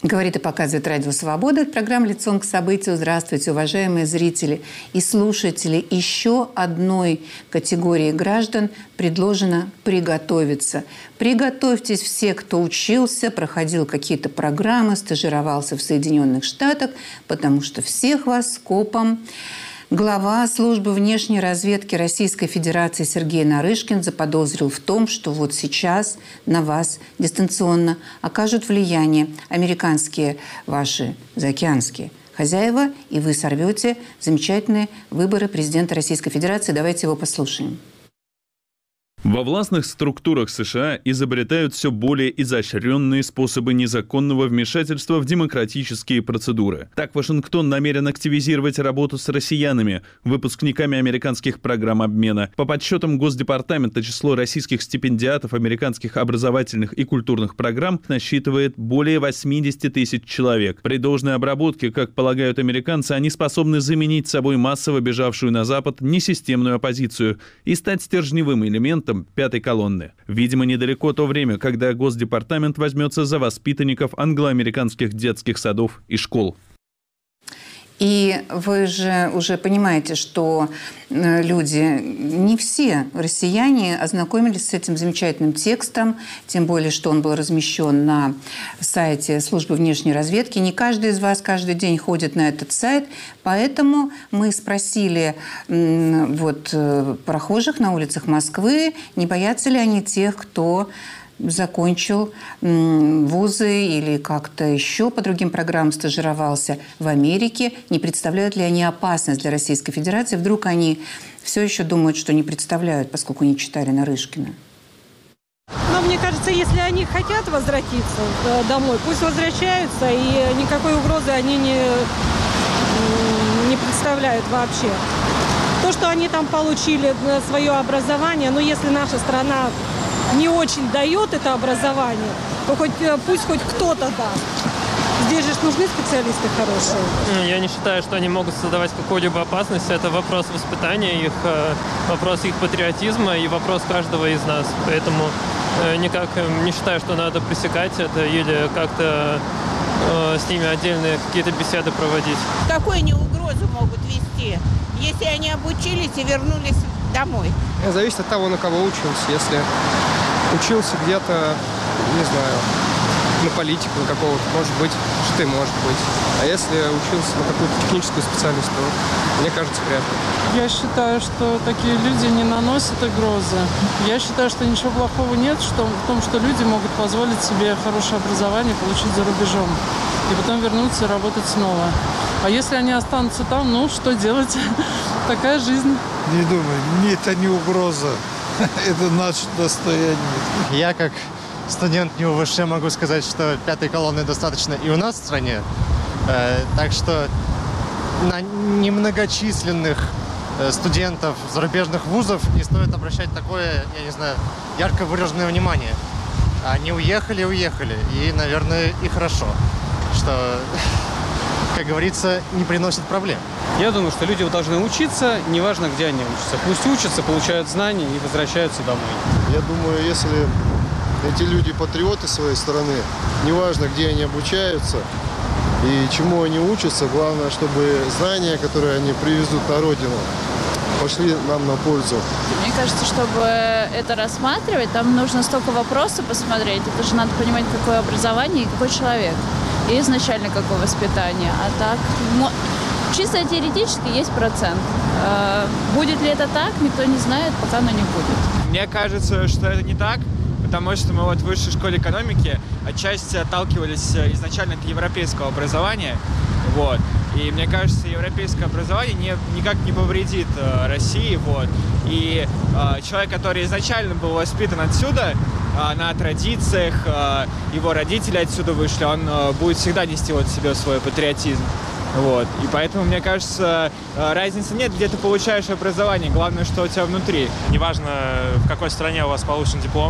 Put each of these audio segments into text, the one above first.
Говорит и показывает Радио Свобода. Это программа «Лицом к событию». Здравствуйте, уважаемые зрители и слушатели. Еще одной категории граждан предложено приготовиться. Приготовьтесь все, кто учился, проходил какие-то программы, стажировался в Соединенных Штатах, потому что всех вас скопом глава службы внешней разведки Российской Федерации Сергей Нарышкин заподозрил в том, что вот сейчас на вас дистанционно окажут влияние американские ваши заокеанские хозяева, и вы сорвете замечательные выборы президента Российской Федерации. Давайте его послушаем. Во властных структурах США изобретают все более изощренные способы незаконного вмешательства в демократические процедуры. Так, Вашингтон намерен активизировать работу с россиянами, выпускниками американских программ обмена. По подсчетам Госдепартамента, число российских стипендиатов американских образовательных и культурных программ насчитывает более 80 тысяч человек. При должной обработке, как полагают американцы, они способны заменить собой массово бежавшую на Запад несистемную оппозицию и стать стержневым элементом пятой колонны. Видимо, недалеко то время, когда Госдепартамент возьмется за воспитанников англо-американских детских садов и школ. И вы же уже понимаете, что люди, не все россияне, ознакомились с этим замечательным текстом, тем более, что он был размещен на сайте службы внешней разведки. Не каждый из вас каждый день ходит на этот сайт, поэтому мы спросили прохожих на улицах Москвы, не боятся ли они тех, кто закончил вузы или как-то еще по другим программам стажировался в Америке, не представляют ли они опасность для Российской Федерации. Вдруг они все еще думают, что не представляют, поскольку не читали Нарышкина. Но мне кажется, если они хотят возвратиться домой, пусть возвращаются, и никакой угрозы они не представляют вообще. То, что они там получили свое образование, но если наша страна не очень дает это образование, то пусть хоть кто-то даст. Здесь же нужны специалисты хорошие. Я не считаю, что они могут создавать какую-либо опасность. Это вопрос воспитания их, вопрос их патриотизма и вопрос каждого из нас. Поэтому никак не считаю, что надо пресекать это или как-то с ними отдельные какие-то беседы проводить. Какую они угрозу могут вести, если они обучились и вернулись домой? Зависит от того, на кого учился. Если учился где-то, не знаю, на политику на какого-то, может быть, что ты может быть. А если учился на какую-то техническую специальность, то, мне кажется, вряд ли. Я считаю, что такие люди не наносят угрозы. Я считаю, что ничего плохого нет в том, что люди могут позволить себе хорошее образование получить за рубежом и потом вернуться и работать снова. А если они останутся там, что делать? Такая жизнь. Не думаю, это не угроза. Это наше достояние. Я как студент НИУ-ВШ могу сказать, что пятой колонны достаточно и у нас в стране. Так что на немногочисленных студентов зарубежных вузов не стоит обращать такое, я не знаю, ярко выраженное внимание. Они уехали. И, наверное, и хорошо, что, как говорится, не приносит проблем. Я думаю, что люди должны учиться, неважно, где они учатся. Пусть учатся, получают знания и возвращаются домой. Я думаю, если эти люди патриоты своей страны, неважно, где они обучаются и чему они учатся, главное, чтобы знания, которые они привезут на родину, пошли нам на пользу. Мне кажется, чтобы это рассматривать, там нужно столько вопросов посмотреть. Это же надо понимать, какое образование и какой человек. И изначально какое воспитание. А так, чисто теоретически есть процент. Будет ли это так, никто не знает, пока оно не будет. Мне кажется, что это не так, потому что мы в высшей школе экономики отчасти отталкивались изначально от европейского образования. И мне кажется, европейское образование никак не повредит России. И человек, который изначально был воспитан отсюда, на традициях, его родители отсюда вышли, он будет всегда нести в себе свой патриотизм. И поэтому, мне кажется, разницы нет, где ты получаешь образование. Главное, что у тебя внутри. Неважно, в какой стране у вас получен диплом,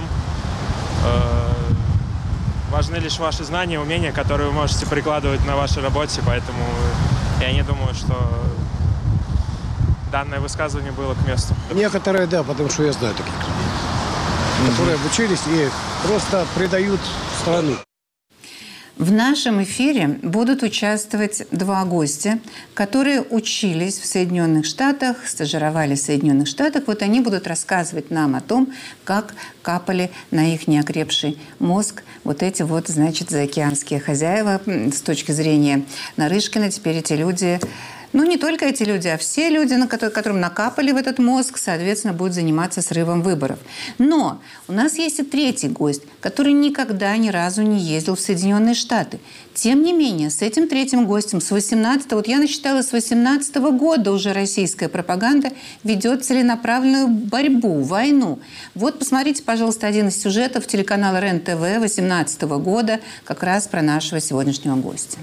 важны лишь ваши знания, умения, которые вы можете прикладывать на вашей работе. Поэтому я не думаю, что данное высказывание было к месту. Некоторые, да, потому что я знаю таких, которые обучились и просто предают страну. В нашем эфире будут участвовать два гостя, которые учились в Соединенных Штатах, стажировались в Соединенных Штатах. Вот они будут рассказывать нам о том, как капали на их неокрепший мозг вот эти вот, значит, заокеанские хозяева. С точки зрения Нарышкина, теперь эти люди... Ну, не только эти люди, а все люди, которым накапали в этот мозг, соответственно, будут заниматься срывом выборов. Но у нас есть и третий гость, который никогда ни разу не ездил в Соединенные Штаты. Тем не менее, с этим третьим гостем с 18-го, вот я насчитала, с 18-го года уже российская пропаганда ведет целенаправленную борьбу, войну. Вот посмотрите, пожалуйста, один из сюжетов телеканала РЕН-ТВ 18-го года как раз про нашего сегодняшнего гостя.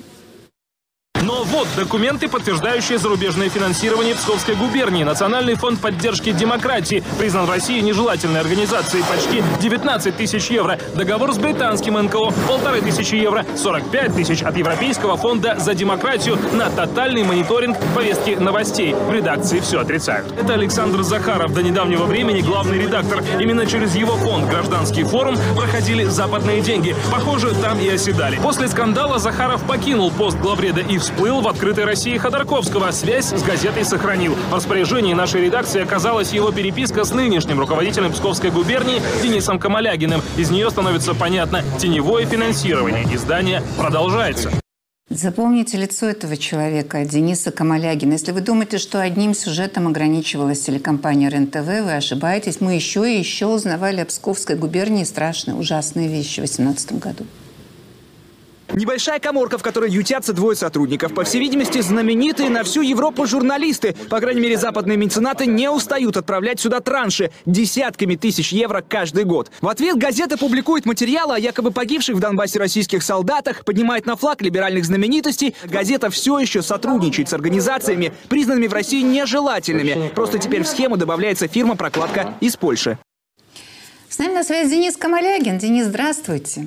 Но вот документы, подтверждающие зарубежное финансирование Псковской губернии. Национальный фонд поддержки демократии признан в России нежелательной организацией. Почти 19 тысяч евро. Договор с британским НКО 1500 евро. 45 тысяч от Европейского фонда за демократию на тотальный мониторинг повестки новостей. В редакции все отрицают. Это Александр Захаров, до недавнего времени главный редактор. Именно через его фонд «Гражданский форум» проходили западные деньги. Похоже, там и оседали. После скандала Захаров покинул пост главреда и всплыл в «Открытой России» Ходорковского. Связь с газетой сохранил. В распоряжении нашей редакции оказалась его переписка с нынешним руководителем Псковской губернии Денисом Камалягиным. Из нее становится понятно, теневое финансирование издания продолжается. Запомните лицо этого человека, Дениса Камалягина. Если вы думаете, что одним сюжетом ограничивалась телекомпания РЕН-ТВ, вы ошибаетесь. Мы еще и еще узнавали о Псковской губернии страшные, ужасные вещи в 2018 году. Небольшая каморка, в которой ютятся двое сотрудников. По всей видимости, знаменитые на всю Европу журналисты. По крайней мере, западные меценаты не устают отправлять сюда транши десятками тысяч евро каждый год. В ответ газета публикует материалы о якобы погибших в Донбассе российских солдатах, поднимает на флаг либеральных знаменитостей. Газета все еще сотрудничает с организациями, признанными в России нежелательными. Просто теперь в схему добавляется фирма-прокладка из Польши. С нами на связи Денис Камалягин. Денис, здравствуйте.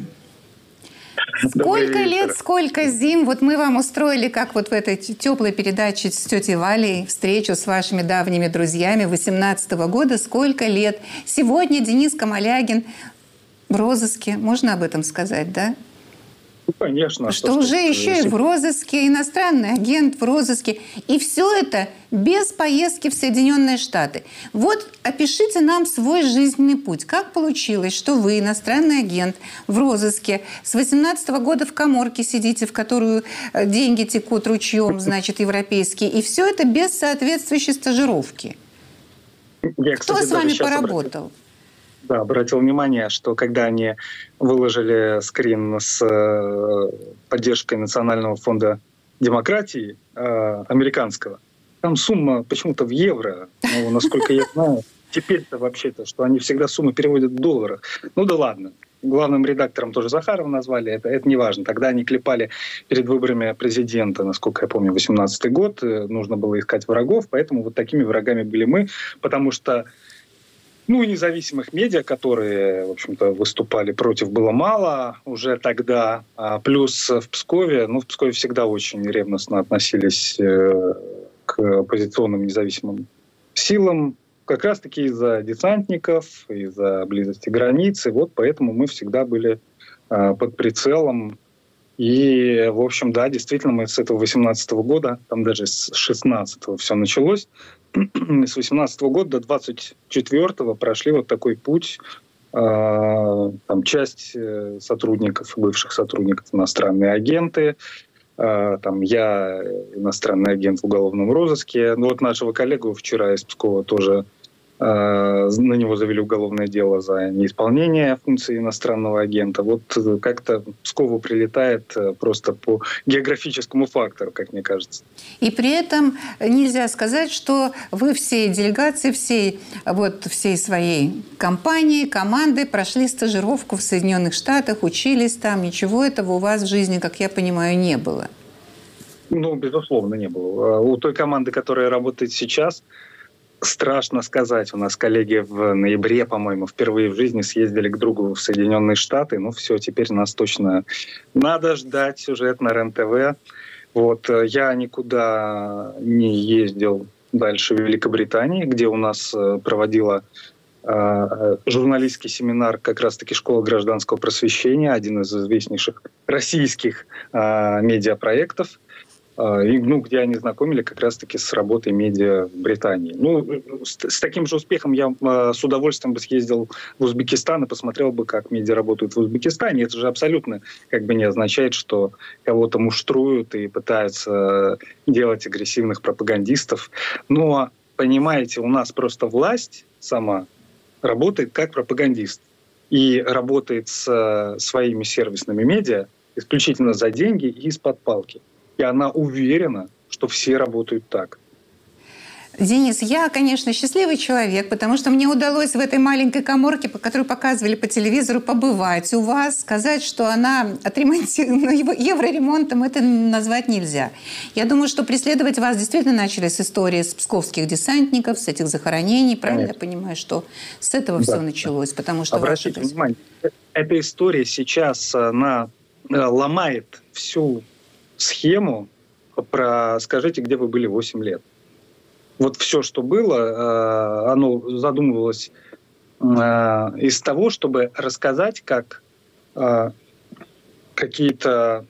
Сколько лет, сколько зим. Вот мы вам устроили, как вот в этой теплой передаче с тетей Валей, встречу с вашими давними друзьями 18-го года. Сколько лет. Сегодня Денис Камалягин в розыске. Можно об этом сказать, да? Ну, конечно. Что уже еще и в розыске, иностранный агент в розыске. И все это без поездки в Соединенные Штаты. Вот опишите нам свой жизненный путь. Как получилось, что вы, иностранный агент, в розыске, с 18-го года в каморке сидите, в которую деньги текут ручьем, значит, европейские, и все это без соответствующей стажировки? Кто с вами поработал? Да, обратил внимание, что когда они выложили скрин с поддержкой Национального фонда демократии американского, там сумма почему-то в евро, ну, насколько я знаю. Теперь-то вообще-то, что они всегда суммы переводят в долларах. Ну да ладно. Главным редактором тоже Захарова назвали, это не важно. Тогда они клепали перед выборами президента, насколько я помню, 18-й год. Нужно было искать врагов, поэтому вот такими врагами были мы, потому что независимых медиа, которые, в общем-то, выступали против, было мало уже тогда. Плюс в Пскове всегда очень ревностно относились к оппозиционным независимым силам, как раз-таки из-за десантников, из-за близости границы. Вот поэтому мы всегда были под прицелом. И, в общем, да, действительно, мы с этого 18-го года, там даже с 16-го все началось, с 18-го года до 24-го прошли вот такой путь. Там часть сотрудников, бывших сотрудников, иностранные агенты. Там я иностранный агент в уголовном розыске. Ну вот нашего коллегу вчера из Пскова тоже на него завели уголовное дело за неисполнение функции иностранного агента. Вот как-то Пскову прилетает просто по географическому фактору, как мне кажется. И при этом нельзя сказать, что вы всей делегации, всей своей компании, команды прошли стажировку в Соединенных Штатах, учились там. Ничего этого у вас в жизни, как я понимаю, не было. Ну, безусловно, не было. У той команды, которая работает сейчас, страшно сказать. У нас коллеги в ноябре, по-моему, впервые в жизни съездили к другу в Соединенные Штаты. Ну все, теперь нас точно надо ждать сюжет на РЕН-ТВ. Вот. Я никуда не ездил дальше в Великобритании, где у нас проводила журналистский семинар как раз-таки «Школа гражданского просвещения», один из известнейших российских медиапроектов, где они знакомили как раз-таки с работой медиа в Британии. С таким же успехом я с удовольствием бы съездил в Узбекистан и посмотрел бы, как медиа работают в Узбекистане. Это же абсолютно не означает, что кого-то муштруют и пытаются делать агрессивных пропагандистов. Но, понимаете, у нас просто власть сама работает как пропагандист и работает с своими сервисными медиа исключительно за деньги и из-под палки. И она уверена, что все работают так. Денис, я, конечно, счастливый человек, потому что мне удалось в этой маленькой каморке, которую показывали по телевизору, побывать у вас, сказать, что она отремонтирована. Евроремонтом это назвать нельзя. Я думаю, что преследовать вас действительно начали с истории с псковских десантников, с этих захоронений. Правильно я понимаю, что с этого все началось? Потому что обратите внимание, эта история сейчас ломает всю схему про «скажите, где вы были 8 лет». Вот все, что было, оно задумывалось из того, чтобы рассказать, как какие-то,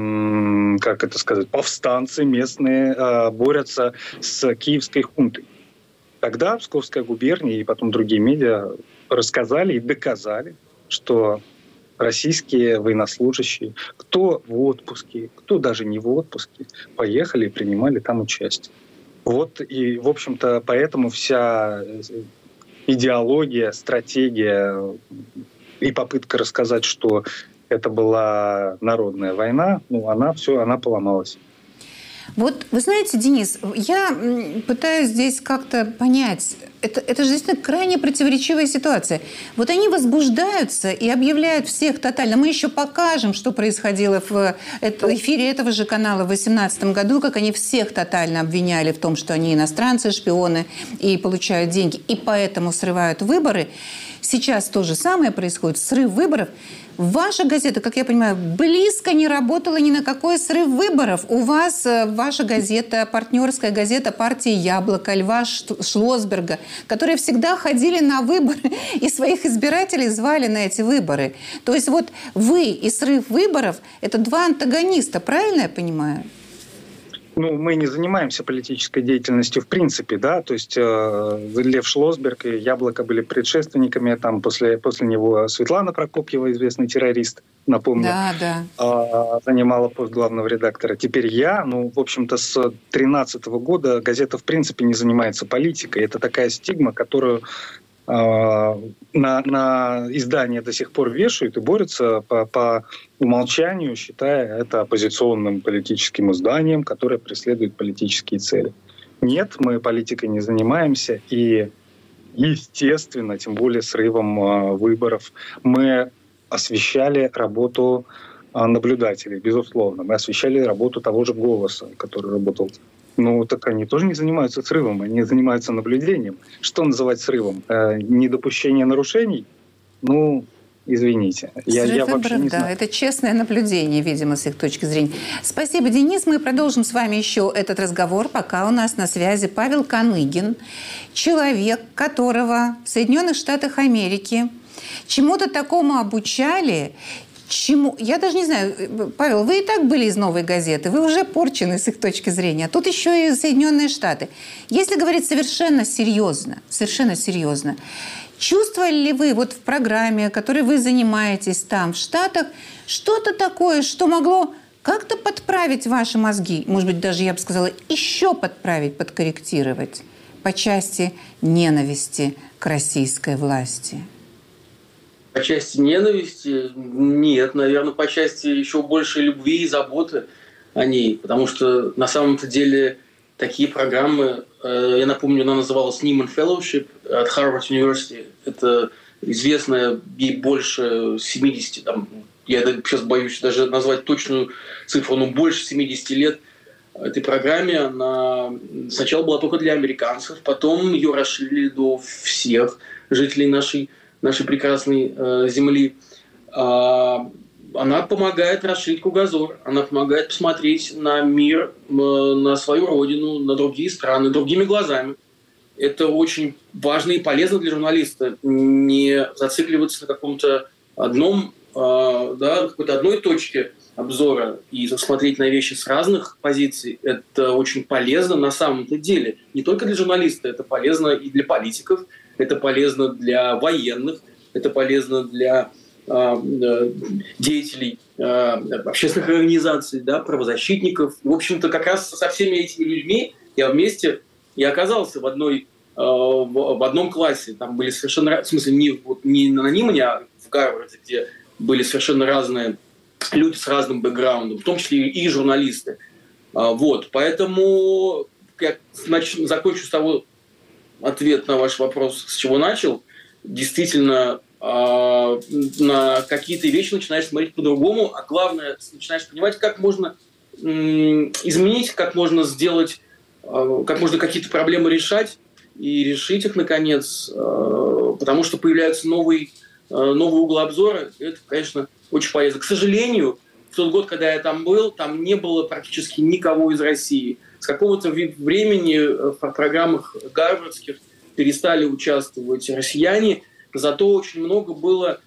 повстанцы местные борются с киевской хунтой. Тогда Псковская губерния и потом другие медиа рассказали и доказали, что российские военнослужащие, кто в отпуске, кто даже не в отпуске, поехали и принимали там участие. Вот и, в общем-то, поэтому вся идеология, стратегия и попытка рассказать, что это была народная война, она поломалась. Вот вы знаете, Денис, я пытаюсь здесь как-то понять, это же действительно крайне противоречивая ситуация. Вот они возбуждаются и объявляют всех тотально. Мы еще покажем, что происходило в эфире этого же канала в 2018 году, как они всех тотально обвиняли в том, что они иностранцы, шпионы и получают деньги, и поэтому срывают выборы. Сейчас то же самое происходит, срыв выборов. Ваша газета, как я понимаю, близко не работала ни на какой срыв выборов. У вас ваша газета, партнерская газета партии «Яблоко», Льва Шлосберга, которые всегда ходили на выборы и своих избирателей звали на эти выборы. То есть вот вы и срыв выборов – это два антагониста, правильно я понимаю? Мы не занимаемся политической деятельностью в принципе, да, то есть Лев Шлосберг и «Яблоко» были предшественниками, там после него Светлана Прокопьева, известный террорист, напомню, занимала пост главного редактора. Теперь я, в общем-то, с 2013 года газета в принципе не занимается политикой. Это такая стигма, которую на издание до сих пор вешают и борются по умолчанию, считая это оппозиционным политическим изданием, которое преследует политические цели. Нет, мы политикой не занимаемся, и, естественно, тем более срывом выборов, мы освещали работу наблюдателей, безусловно. Мы освещали работу того же «Голоса», который работал. Так они тоже не занимаются срывом, они занимаются наблюдением. Что называть срывом? Недопущение нарушений? Извините. Я вообще не знаю. Это честное наблюдение, видимо, с их точки зрения. Спасибо, Денис. Мы продолжим с вами еще этот разговор, пока у нас на связи Павел Каныгин, человек, которого в Соединенных Штатах Америки чему-то такому обучали. Чему? Я даже не знаю, Павел, вы и так были из «Новой газеты», вы уже порчены с их точки зрения, а тут еще и Соединенные Штаты. Если говорить совершенно серьезно, чувствовали ли вы в программе, которой вы занимаетесь там, в Штатах, что-то такое, что могло как-то подправить ваши мозги, может быть, даже, я бы сказала, еще подправить, подкорректировать по части ненависти к российской власти? По части ненависти нет, наверное, по части еще большей любви и заботы о ней, потому что на самом-то деле такие программы, я напомню, она называлась Nieman Fellowship от Harvard University, это известная, ей больше 70, я сейчас боюсь даже назвать точную цифру, но больше 70 лет этой программе. Она сначала была только для американцев, потом ее расширили до всех жителей нашей прекрасной земли. Она помогает расширить кругозор, она помогает посмотреть на мир, на свою родину, на другие страны, другими глазами. это очень важно и полезно для журналиста. Не зацикливаться на каком-то какой-то одной точке обзора и смотреть на вещи с разных позиций. Это очень полезно на самом-то деле. Не только для журналиста, это полезно и для политиков, это полезно для военных, это полезно для деятелей общественных организаций, правозащитников. В общем-то, как раз со всеми этими людьми я вместе и оказался в одном классе. Там были совершенно... В смысле, не на Нимане, а в Гарварде, где были совершенно разные люди с разным бэкграундом, в том числе и журналисты. Поэтому я закончу с того ответ на ваш вопрос, с чего начал. Действительно, на какие-то вещи начинаешь смотреть по-другому, а главное, начинаешь понимать, как можно изменить, как можно сделать, как можно какие-то проблемы решать и решить их, наконец, потому что появляются новые углы обзора. Это, конечно, очень полезно. К сожалению, в тот год, когда я там был, там не было практически никого из России. С какого-то времени в программах гарвардских перестали участвовать россияне, зато очень много было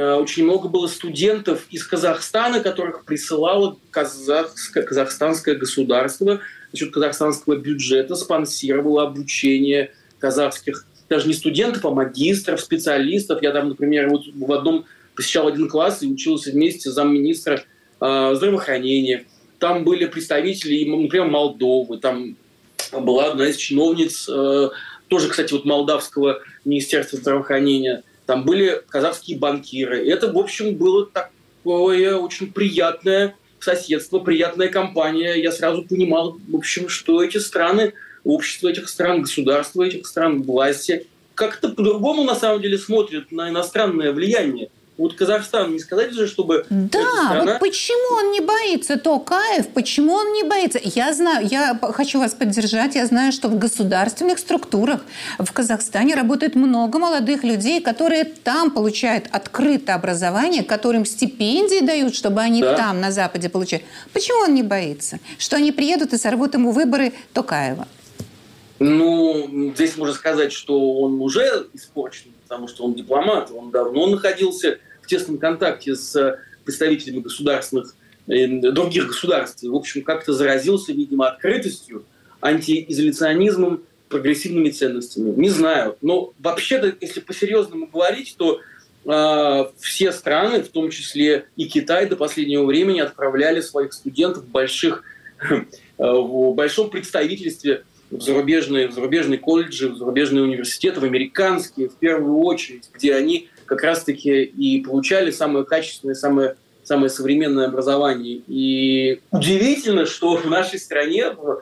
студентов из Казахстана, которых присылало казахстанское государство за счет казахстанского бюджета, спонсировало обучение казахских, даже не студентов, а магистров, специалистов. Я там, например, посещал один класс и учился вместе с замминистра здравоохранения. Там были представители, например, Молдовы, там была одна из чиновниц, тоже, кстати, молдавского министерства здравоохранения. Там были казахские банкиры. Это, в общем, было такое очень приятное соседство, приятная компания. Я сразу понимал, в общем, что эти страны, общество этих стран, государство этих стран, власти как-то по-другому, на самом деле, смотрят на иностранное влияние. Казахстан, не сказать же, чтобы... Да, страна... почему он не боится, Токаев, почему он не боится? Я знаю, я хочу вас поддержать, я знаю, что в государственных структурах в Казахстане работает много молодых людей, которые там получают открытое образование, которым стипендии дают, чтобы они там, на Западе, получали. Почему он не боится? Что они приедут и сорвут ему выборы Токаева? Здесь можно сказать, что он уже испорчен, потому что он дипломат, он давно находился в тесном контакте с представителями других государств. В общем, как-то заразился, видимо, открытостью, антиизоляционизмом, прогрессивными ценностями. Не знаю. Но вообще-то, если по-серьезному говорить, то все страны, в том числе и Китай, до последнего времени отправляли своих студентов в большом представительстве в зарубежные колледжи, в зарубежные университеты, в американские, в первую очередь, где они как раз-таки и получали самое качественное, самое современное образование. И удивительно, что в нашей стране, в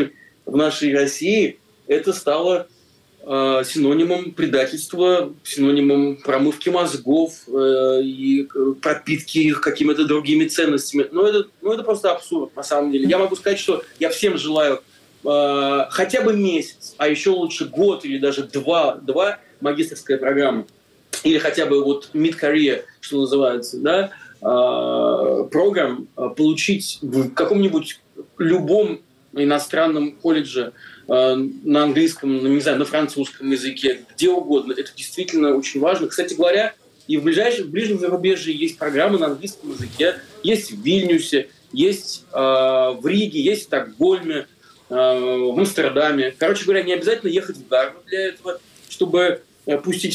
нашей России это стало синонимом предательства, синонимом промывки мозгов и пропитки их какими-то другими ценностями. Но это просто абсурд, на самом деле. Я могу сказать, что я всем желаю хотя бы месяц, а еще лучше год или даже два магистерская программа, или хотя бы mid-career, что называется, программ, получить в каком-нибудь любом иностранном колледже на английском, на французском языке, где угодно. Это действительно очень важно. Кстати говоря, и в ближнем зарубежье есть программы на английском языке, есть в Вильнюсе, есть в Риге, есть в Стокгольме, в Амстердаме. Короче говоря, не обязательно ехать в Гарвард для этого, чтобы пустить в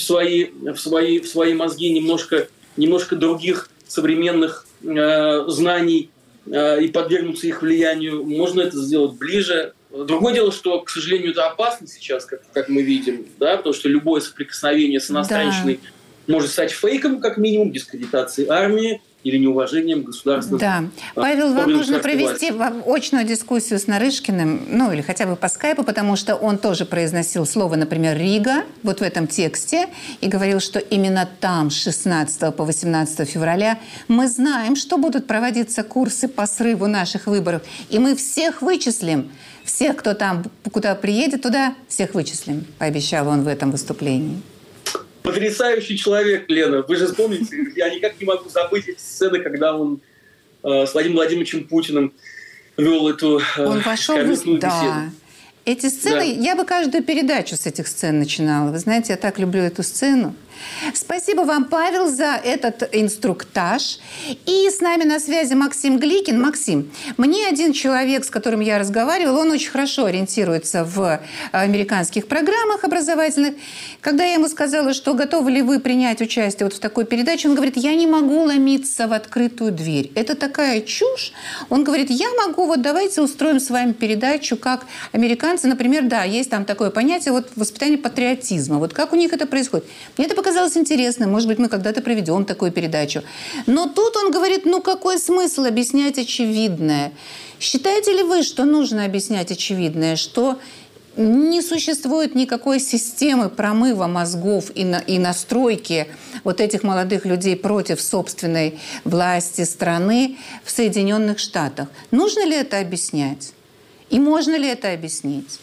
свои мозги немножко других современных знаний и подвергнуться их влиянию. Можно это сделать ближе. Другое дело, что, к сожалению, это опасно сейчас, как мы видим, потому что любое соприкосновение с иностранщиной может стать фейком, как минимум, дискредитацией армии или неуважением государства. Да. Павел, вам нужно провести очную дискуссию с Нарышкиным, или хотя бы по скайпу, потому что он тоже произносил слово, например, Рига, в этом тексте, и говорил, что именно там с 16 по 18 февраля мы знаем, что будут проводиться курсы по срыву наших выборов, и мы всех вычислим. Всех, кто там, куда приедет, туда всех вычислим, пообещал он в этом выступлении. Потрясающий человек, Лена. Вы же вспомните, я никак не могу забыть эти сцены, когда он с Владимиром Владимировичем Путиным вел эту он вошел беседу. Эти сцены, я бы каждую передачу с этих сцен начинала. Вы знаете, я так люблю эту сцену. Спасибо вам, Павел, за этот инструктаж. И с нами на связи Максим Гликин. Максим, мне один человек, с которым я разговаривала, он очень хорошо ориентируется в американских программах образовательных. Когда я ему сказала, что готовы ли вы принять участие вот в такой передаче, он говорит, я не могу ломиться в открытую дверь. Это такая чушь. Он говорит, я могу, вот давайте устроим с вами передачу, как американцы, например, да, есть там такое понятие вот воспитание патриотизма. Вот как у них это происходит. Мне это показалось интересным. Может быть, мы когда-то проведем такую передачу. Но тут он говорит, ну какой смысл объяснять очевидное? Считаете ли вы, что нужно объяснять очевидное, что не существует никакой системы промыва мозгов и настройки вот этих молодых людей против собственной власти страны в Соединенных Штатах? Нужно ли это объяснять? И можно ли это объяснить?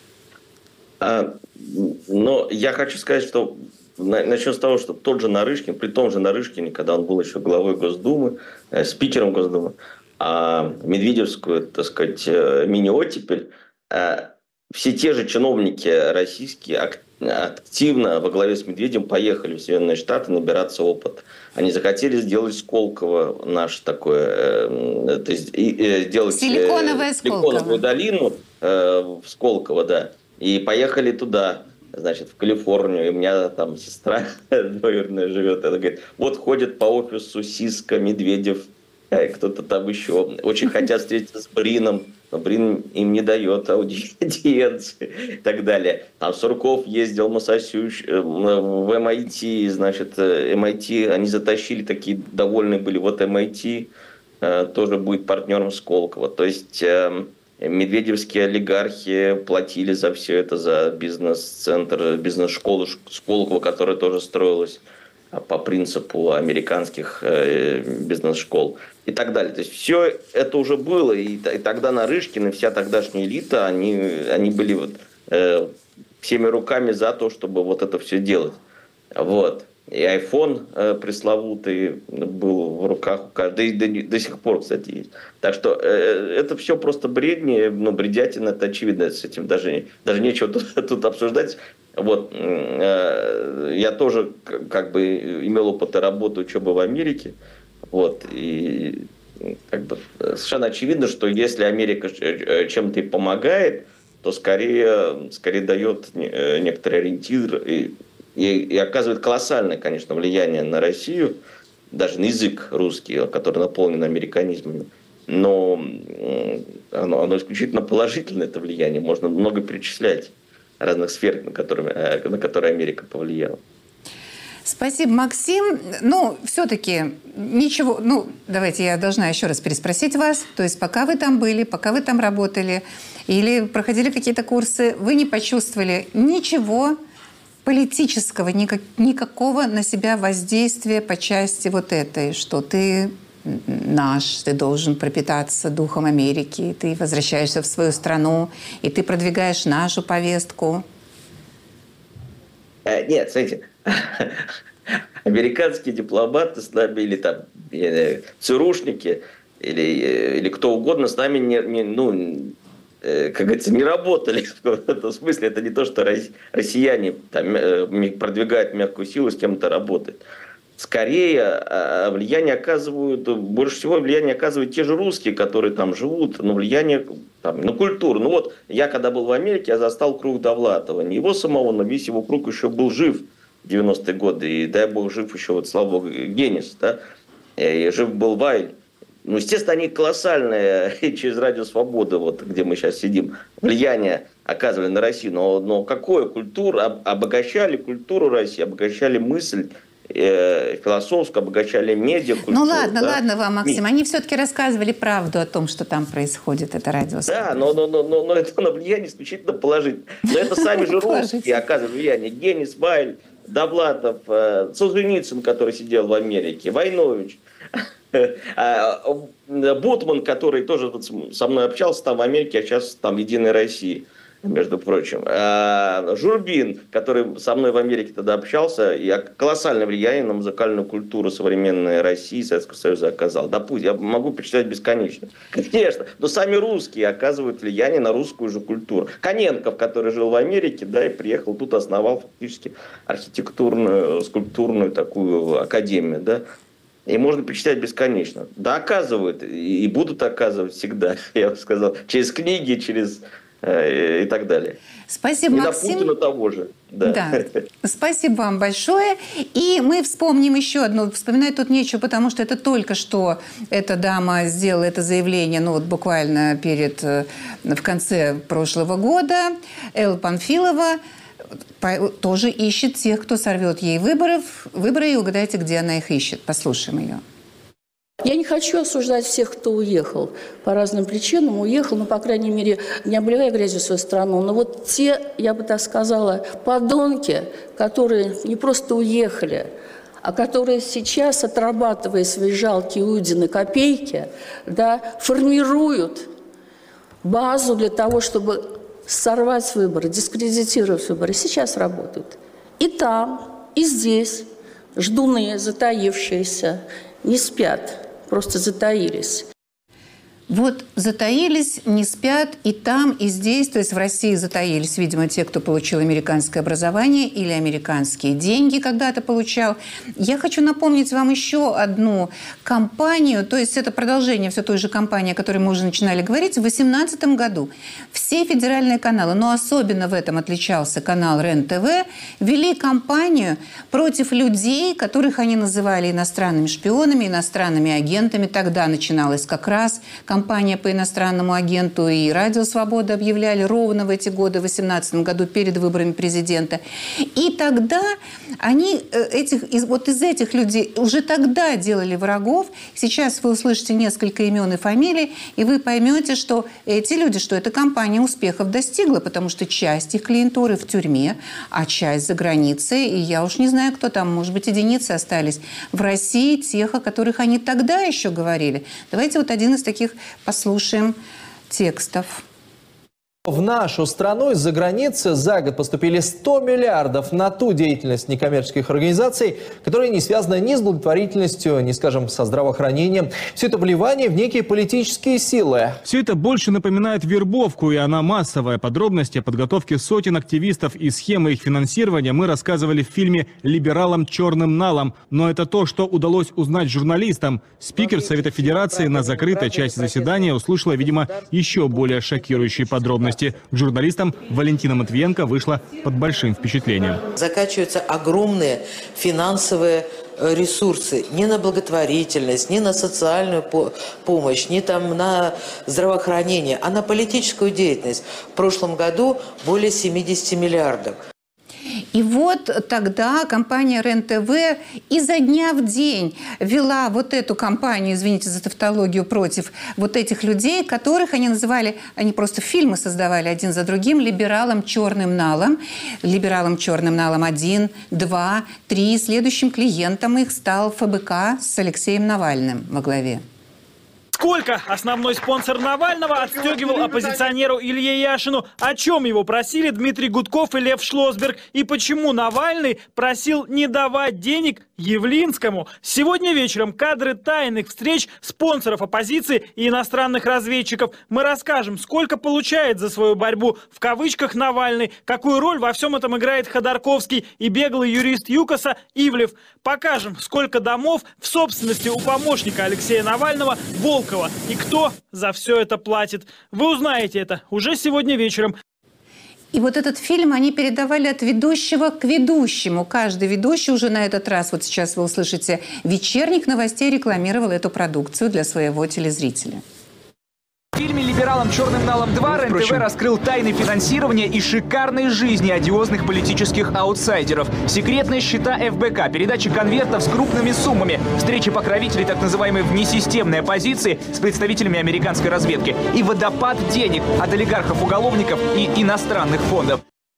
Но я хочу сказать, что начнем с того, что тот же Нарышкин, при том же Нарышкине, когда он был еще главой Госдумы, спикером Госдумы, а Медведевскую, так сказать, мини-оттепель, все те же чиновники российские активно во главе с Медведевым поехали в Соединенные Штаты набираться опыта. Они захотели сделать Сколково наше такое, то есть сделать Силиконовую долину в Сколково, да, и поехали туда. Значит, в Калифорнию, и у меня там сестра двоюродная живет, она говорит, вот ходит по офису Сиска, Медведев, кто-то там еще, очень хотят встретиться с Брином, но Брин им не дает аудиенции и так далее. Там Сурков ездил в Массачусетс, в MIT, значит, MIT, они затащили, такие довольные были, вот MIT тоже будет партнером Сколково, то есть... Медведевские олигархи платили за все это, за бизнес-центр, бизнес-школу Сколково, которая тоже строилась по принципу американских бизнес-школ и так далее. То есть все это уже было, и тогда Нарышкин и вся тогдашняя элита, они были вот, всеми руками за то, чтобы вот это все делать. Вот. И iPhone пресловутый был в руках у каждого, до сих пор, кстати, есть. Так что это все просто бредни, но бредятина, это очевидно, с этим даже нечего тут обсуждать. Вот. Я тоже как бы имел опыт работы, учебы в Америке. Вот. И как бы совершенно очевидно, что если Америка чем-то и помогает, то скорее дает некоторый ориентир и оказывает колоссальное, конечно, влияние на Россию, даже на язык русский, который наполнен американизмами. Но оно исключительно положительное, это влияние. Можно много перечислять разных сфер, на которые Америка повлияла. Спасибо, Максим. Ну, все-таки ничего... Ну, давайте я должна еще раз переспросить вас. То есть пока вы там были, пока вы там работали или проходили какие-то курсы, вы не почувствовали ничего политического, никакого на себя воздействия по части вот этой, что ты наш, ты должен пропитаться духом Америки, ты возвращаешься в свою страну, и ты продвигаешь нашу повестку? Нет, смотрите, американские дипломаты с нами, или там ЦРУшники, или кто угодно с нами как говорится, не работали в этом смысле. Это не то, что россияне там продвигают мягкую силу, с кем-то работают. Скорее, влияние оказывают, больше всего влияние оказывают те же русские, которые там живут, но влияние там, на культуру. Ну вот, я когда был в Америке, я застал круг Довлатова. Не его самого, но весь его круг еще был жив в 90-е годы. И дай бог жив еще, вот, слава богу, Генис, да? И жив был Вайль. Ну, естественно, они колоссальные через Радио Свобода, вот где мы сейчас сидим, влияние оказывали на Россию. Но какое культура? Обогащали культуру России, обогащали мысль философскую, обогащали медиа. Ну ладно вам, Максим. Они все-таки рассказывали правду о том, что там происходит, это Радио Свобода. Да, но это на влияние исключительно положительное. Но это сами же русские оказывали влияние. Генис, Вайль, Довлатов, Солженицын, который сидел в Америке, Войнович. Бутман, который тоже со мной общался там в Америке, а сейчас там в «Единой России». между прочим. Журбин, который со мной в Америке тогда общался, и колоссальное влияние на музыкальную культуру современной России и Советского Союза оказал. Допустим, я могу перечислять бесконечно. Конечно, но сами русские оказывают влияние на русскую же культуру. Коненков, который жил в Америке, да, и приехал, тут основал фактически архитектурную, скульптурную такую академию, да. И можно перечислять бесконечно. Да, оказывают, и будут оказывать всегда, я бы сказал, через книги, через... и так далее. Спасибо, и Максим. И до Путина того же. Да. Спасибо вам большое. И мы вспомним еще одну. Вспоминать тут нечего, потому что это только что эта дама сделала это заявление, ну вот буквально в конце прошлого года. Элла Панфилова тоже ищет тех, кто сорвет ей выборы, и угадайте, где она их ищет. Послушаем ее. Я не хочу осуждать всех, кто уехал. По разным причинам уехал, ну, по крайней мере, не обливая грязью свою страну. Но вот те, я бы так сказала, подонки, которые не просто уехали, а которые сейчас, отрабатывая свои жалкие Удины копейки, да, формируют базу для того, чтобы сорвать выборы, дискредитировать выборы. Сейчас работают. И там, и здесь ждуны, затаившиеся, не спят, просто затаились. Вот затаились, не спят и там, и здесь, то есть в России затаились, видимо, те, кто получил американское образование или американские деньги когда-то получал. Я хочу напомнить вам еще одну кампанию, то есть это продолжение все той же кампании, о которой мы уже начинали говорить. В 2018 году все федеральные каналы, но особенно в этом отличался канал РЕН-ТВ, вели кампанию против людей, которых они называли иностранными шпионами, иностранными агентами. Тогда начиналась как раз кампания по иностранному агенту, и Радио Свобода объявляли ровно в эти годы, в 2018 году, перед выборами президента. И тогда они из этих людей уже тогда делали врагов. Сейчас вы услышите несколько имен и фамилий, и вы поймете, что эти люди, что эта кампания успехов достигла, потому что часть их клиентуры в тюрьме, а часть за границей, и я уж не знаю, кто там, может быть, единицы остались в России, тех, о которых они тогда еще говорили. Давайте вот один из таких послушаем текстов. В нашу страну из-за границы за год поступили 100 миллиардов на ту деятельность некоммерческих организаций, которая не связана ни с благотворительностью, ни, скажем, со здравоохранением. Все это вливание в некие политические силы. Все это больше напоминает вербовку, и она массовая. Подробности о подготовке сотен активистов и схемы их финансирования мы рассказывали в фильме «Либералам черным налом». Но это то, что удалось узнать журналистам. Спикер Совета Федерации на закрытой части заседания услышала, видимо, еще более шокирующие подробности. К журналистам Валентина Матвиенко вышла под большим впечатлением. Закачиваются огромные финансовые ресурсы не на благотворительность, не на социальную помощь, не там на здравоохранение, а на политическую деятельность. В прошлом году более 70 миллиардов. И вот тогда компания РЕН-ТВ изо дня в день вела вот эту кампанию, извините за тавтологию, против вот этих людей, которых они называли, они просто фильмы создавали один за другим, либералом черным налом. Либералом черным налом 1, 2, 3. Следующим клиентом их стал ФБК с Алексеем Навальным во главе. Сколько основной спонсор Навального отстегивал оппозиционеру Илье Яшину? О чем его просили Дмитрий Гудков и Лев Шлосберг? И почему Навальный просил не давать денег Явлинскому? Сегодня вечером кадры тайных встреч спонсоров оппозиции и иностранных разведчиков. Мы расскажем, сколько получает за свою борьбу в кавычках Навальный, какую роль во всем этом играет Ходорковский и беглый юрист ЮКОСа Ивлев. Покажем, сколько домов в собственности у помощника Алексея Навального Волкова. И кто за все это платит. Вы узнаете это уже сегодня вечером. И вот этот фильм они передавали от ведущего к ведущему. Каждый ведущий уже на этот раз, вот сейчас вы услышите, вечерних новостей рекламировал эту продукцию для своего телезрителя. В фильме «Либералам черным налом 2» РЕН-ТВ раскрыл тайны финансирования и шикарной жизни одиозных политических аутсайдеров. Секретные счета ФБК, передачи конвертов с крупными суммами, встречи покровителей так называемой внесистемной оппозиции с представителями американской разведки и водопад денег от олигархов-уголовников и иностранных фондов.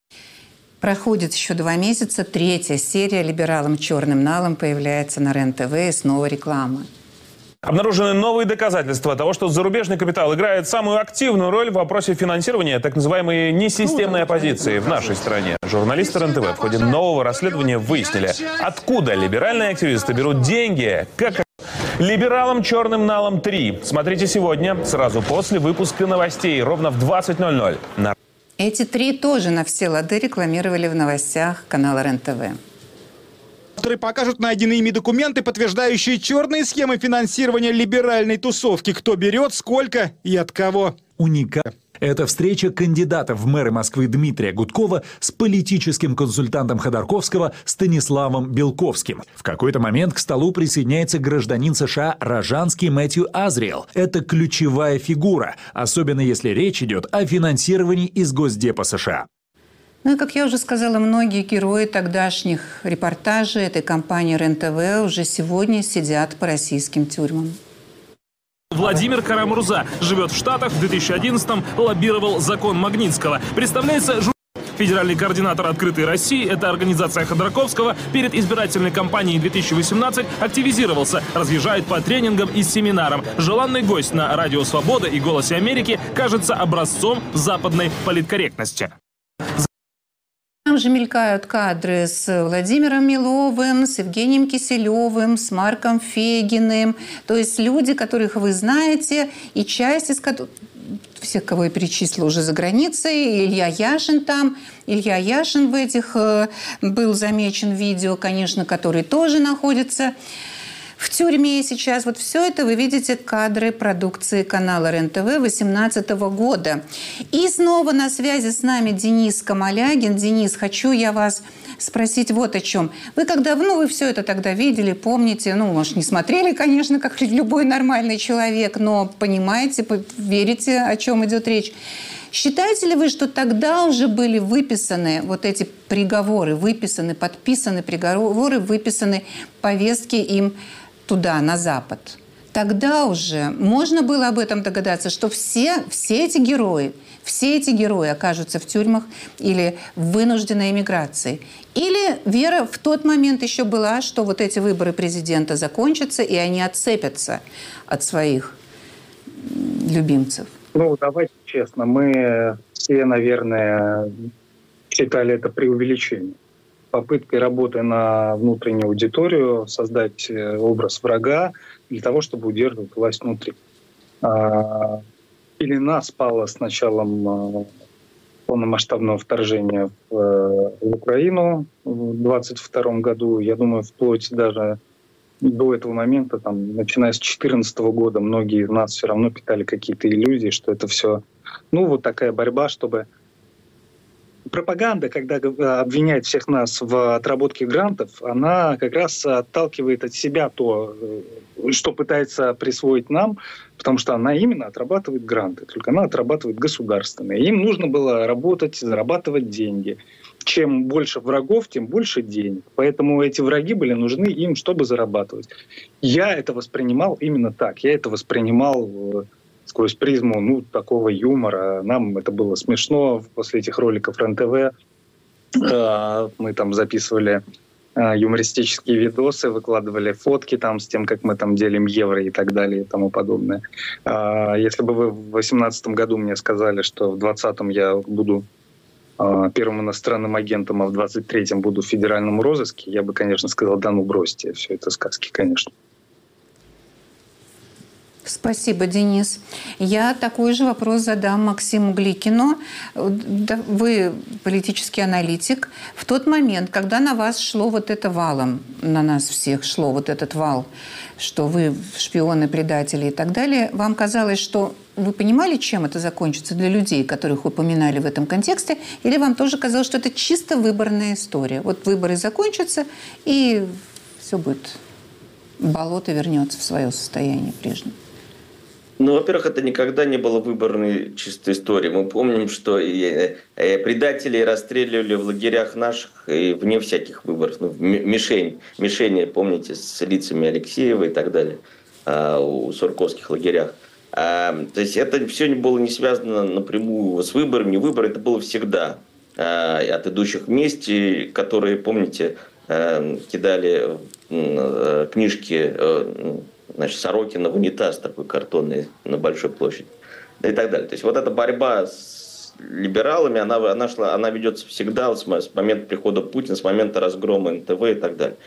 Проходит еще 2 месяца, 3-я серия «Либералам черным налом» появляется на РЕН-ТВ, и снова реклама. Обнаружены новые доказательства того, что зарубежный капитал играет самую активную роль в вопросе финансирования так называемой несистемной оппозиции в нашей стране. Журналисты РЕН-ТВ в ходе нового расследования выяснили, откуда либеральные активисты берут деньги, как либералам черным налом 3. Смотрите сегодня, сразу после выпуска новостей, ровно в 20:00. Эти 3 тоже на все лады рекламировали в новостях канала РЕН-ТВ. Которые покажут найденные ими документы, подтверждающие черные схемы финансирования либеральной тусовки. Кто берет, сколько и от кого. Уникально. Это встреча кандидата в мэры Москвы Дмитрия Гудкова с политическим консультантом Ходорковского Станиславом Белковским. В какой-то момент к столу присоединяется гражданин США Рожанский Мэтью Азриэл. Это ключевая фигура, особенно если речь идет о финансировании из Госдепа США. Ну и, как я уже сказала, многие герои тогдашних репортажей этой компании РЕН-ТВ уже сегодня сидят по российским тюрьмам. Владимир Карамурза живет в Штатах, в 2011-м лоббировал закон Магнитского. Представляется федеральный координатор «Открытой России», это организация Ходорковского, перед избирательной кампанией 2018 активизировался, разъезжает по тренингам и семинарам. Желанный гость на Радио Свобода и Голосе Америки кажется образцом западной политкорректности. Там же мелькают кадры с Владимиром Миловым, с Евгением Киселевым, с Марком Фегиным. То есть люди, которых вы знаете, и часть из которых... Всех, кого я перечислила, уже за границей. Илья Яшин там. Илья Яшин в этих был замечен в видео, конечно, который тоже находится в тюрьме сейчас. Вот все это вы видите кадры продукции канала РЕН-ТВ 2018 года. И снова на связи с нами Денис Камалягин. Денис, хочу я вас спросить вот о чем. Вы когда, вы все это тогда видели, помните, может, не смотрели, конечно, как любой нормальный человек, но понимаете, верите, о чем идет речь. Считаете ли вы, что тогда уже были выписаны вот эти приговоры, подписаны приговоры, выписаны повестки им туда, на Запад? Тогда уже можно было об этом догадаться, что все эти герои окажутся в тюрьмах или в вынужденной эмиграции. Или вера в тот момент еще была, что вот эти выборы президента закончатся, и они отцепятся от своих любимцев? Давайте честно, мы все, наверное, считали это преувеличением. Попыткой работы на внутреннюю аудиторию, создать образ врага для того, чтобы удерживать власть внутри. Пелена спала с началом полномасштабного вторжения в Украину в 2022 году. Я думаю, вплоть даже до этого момента, начиная с 2014 года, многие из нас все равно питали какие-то иллюзии, что это все, вот такая борьба, чтобы... Пропаганда, когда обвиняет всех нас в отработке грантов, она как раз отталкивает от себя то, что пытается присвоить нам, потому что она именно отрабатывает гранты, только она отрабатывает государственные. Им нужно было работать, зарабатывать деньги. Чем больше врагов, тем больше денег. Поэтому эти враги были нужны им, чтобы зарабатывать. Я это воспринимал именно так. Я это воспринимал сквозь призму такого юмора. Нам это было смешно после этих роликов РЕН-ТВ. Мы там записывали юмористические видосы, выкладывали фотки с тем, как мы делим евро и так далее и тому подобное. Если бы вы в 2018 году мне сказали, что в 2020 я буду первым иностранным агентом, а в 2023 буду в федеральном розыске, я бы, конечно, сказал, бросьте, все это сказки, конечно. Спасибо, Денис. Я такой же вопрос задам Максиму Гликину. Вы политический аналитик. В тот момент, когда на вас шло вот это валом, на нас всех шло вот этот вал, что вы шпионы, предатели и так далее, вам казалось, что вы понимали, чем это закончится для людей, которых упоминали в этом контексте, или вам тоже казалось, что это чисто выборная история? Вот выборы закончатся, и все будет, болото вернется в свое состояние прежнее. Во-первых, это никогда не было выборной чистой истории. Мы помним, что предателей расстреливали в лагерях наших и вне всяких выборов. Мишени, помните, с лицами Алексеева и так далее, у сурковских лагерях. То есть это все было не связано напрямую с выбором, не выборы, это было всегда. От идущих вместе, которые, помните, кидали книжки значит, Сорокина в унитаз такой картонный на Большой площади. И так далее. То есть вот эта борьба с либералами, она ведется всегда с момента прихода Путина, с момента разгрома НТВ и так далее.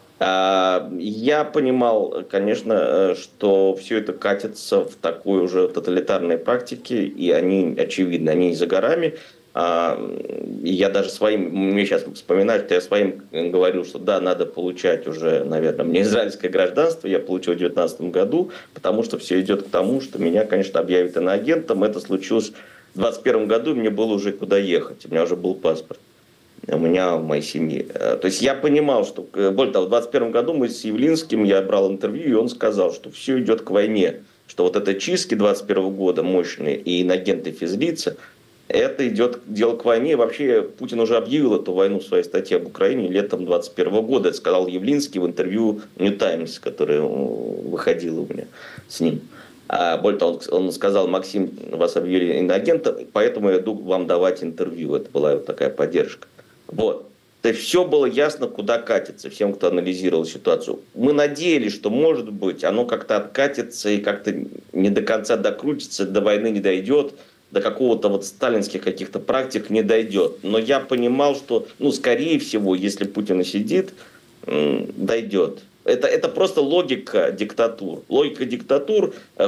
Я понимал, конечно, что все это катится в такой уже тоталитарной практике, и они, очевидно, они не за горами. Я даже мне сейчас вспоминаю, что я своим говорил, что да, надо получать уже, наверное, мне израильское гражданство, я получил в 2019 году, потому что все идет к тому, что меня, конечно, объявят иноагентом. Это случилось в 2021 году, мне было уже куда ехать, у меня уже был паспорт. У меня, в моей семье. То есть я понимал, что, более того, в 2021 году мы с Явлинским, я брал интервью, и он сказал, что все идет к войне, что вот это чистки 2021 года мощные и инагенты физлица, это идет дело к войне. Вообще Путин уже объявил эту войну в своей статье об Украине летом 2021 года. Это сказал Явлинский в интервью New Times, которое выходило у меня с ним. Более того, он сказал: Максим, вас объявили иноагентом, поэтому я иду вам давать интервью. Это была вот такая поддержка. Вот. То есть все было ясно, куда катится всем, кто анализировал ситуацию. Мы надеялись, что, может быть, оно как-то откатится и как-то не до конца докрутится, до войны не дойдет, до какого-то вот сталинских каких-то практик не дойдет. Но я понимал, что, скорее всего, если Путин и сидит, дойдет. Это просто логика диктатур. Логика диктатур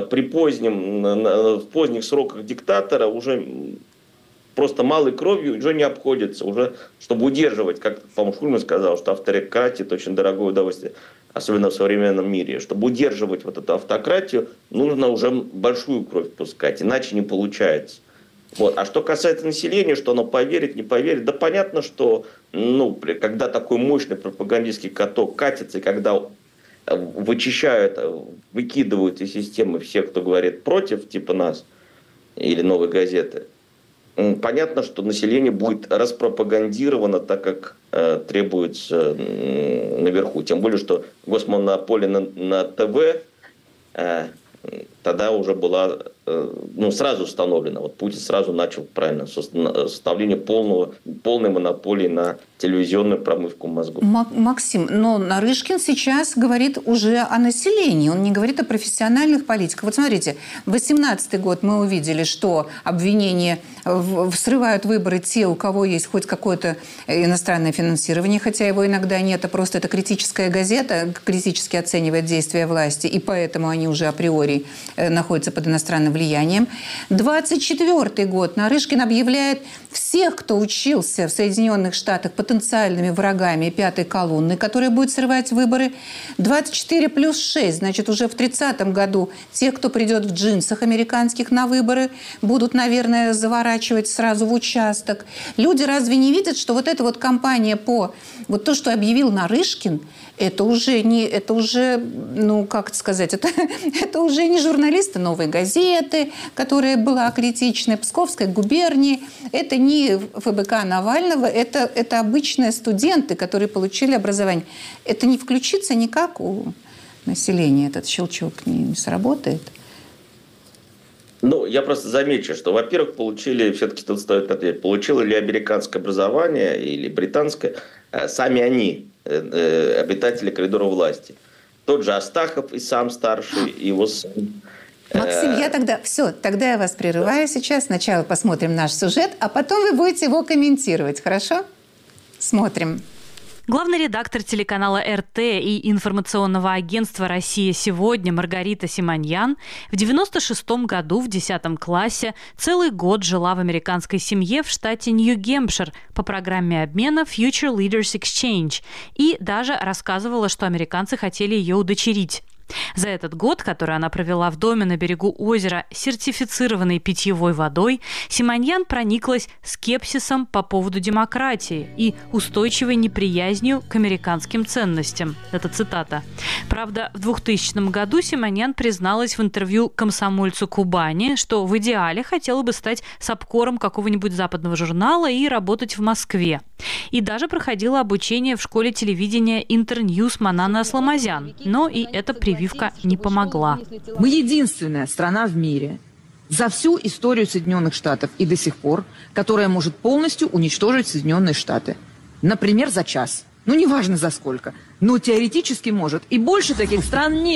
в поздних сроках диктатора уже просто малой кровью уже не обходится. Уже, чтобы удерживать, как, по-моему, Шульман сказал, что автократия – это очень дорогое удовольствие, особенно в современном мире. Чтобы удерживать вот эту автократию, нужно уже большую кровь пускать, иначе не получается. Вот. А что касается населения, что оно поверит, не поверит, да понятно, что когда такой мощный пропагандистский каток катится, и когда вычищают, выкидывают из системы всех, кто говорит против, типа нас или «Новой газеты», понятно, что население будет распропагандировано так, как требуется наверху. Тем более, что госмонополия на ТВ тогда уже была сразу установлена. Вот Путин сразу начал правильно составление полной монополии на телевизионную промывку мозгов. Максим, но Нарышкин сейчас говорит уже о населении, он не говорит о профессиональных политиках. Вот смотрите, в 2018 год мы увидели, что обвинения срывают выборы те, у кого есть хоть какое-то иностранное финансирование, хотя его иногда нет, а просто это критическая газета, критически оценивает действия власти, и поэтому они уже априори находятся под иностранным влиянием. 24 год Нарышкин объявляет всех, кто учился в Соединенных Штатах, потенциальными врагами пятой колонны, которая будет срывать выборы. 24 плюс 6, значит, уже в 30-м году тех, кто придет в джинсах американских на выборы, будут, наверное, заворачивать сразу в участок. Люди разве не видят, что вот эта вот кампания по... Вот то, что объявил Нарышкин, это уже как сказать, это уже не журналисты «Новой газеты», которая была критичной, Псковской губернии, это не ФБК Навального, это обычные студенты, которые получили образование. Это не включится никак у населения, этот щелчок не сработает. Я просто замечу, что, во-первых, все-таки тут стоит ответить, получило ли американское образование или британское, сами они, обитатели коридора власти. Тот же Астахов и сам старший, и его сын. Максим, тогда я вас прерываю сейчас. Сначала посмотрим наш сюжет, а потом вы будете его комментировать, хорошо? Смотрим. Главный редактор телеканала РТ и информационного агентства «Россия сегодня» Маргарита Симоньян в 1996 году в 10 классе целый год жила в американской семье в штате Нью-Гэмпшир по программе обмена Future Leaders Exchange и даже рассказывала, что американцы хотели ее удочерить. За этот год, который она провела в доме на берегу озера, сертифицированной питьевой водой, Симоньян прониклась скепсисом по поводу демократии и устойчивой неприязнью к американским ценностям. Это цитата. Правда, в 2000 году Симоньян призналась в интервью «Комсомольцу Кубани», что в идеале хотела бы стать сабкором какого-нибудь западного журнала и работать в Москве. И даже проходила обучение в школе телевидения «Интерньюз» Мананы Асламазян. Но и это прививка не помогла. Мы единственная страна в мире за всю историю Соединенных Штатов и до сих пор, которая может полностью уничтожить Соединенные Штаты. Например, за час. Неважно за сколько. Но теоретически может. И больше таких стран нет.